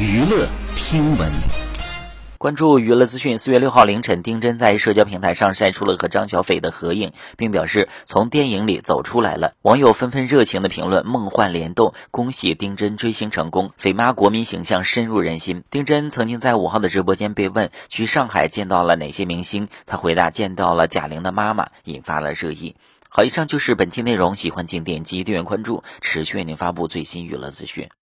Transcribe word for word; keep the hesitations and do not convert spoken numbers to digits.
娱乐听闻。 关注娱乐资讯，四月六号凌晨，丁真在社交平台上晒出了和张小斐的合影，并表示从电影里走出来了。网友纷纷热情的评论梦幻联动，恭喜丁真追星成功，斐妈国民形象深入人心。丁真曾经在五号的直播间被问去上海见到了哪些明星，他回答见到了贾玲的妈妈，引发了热议。好，以上就是本期内容，喜欢请点击订阅关注，持续为您发布最新娱乐资讯。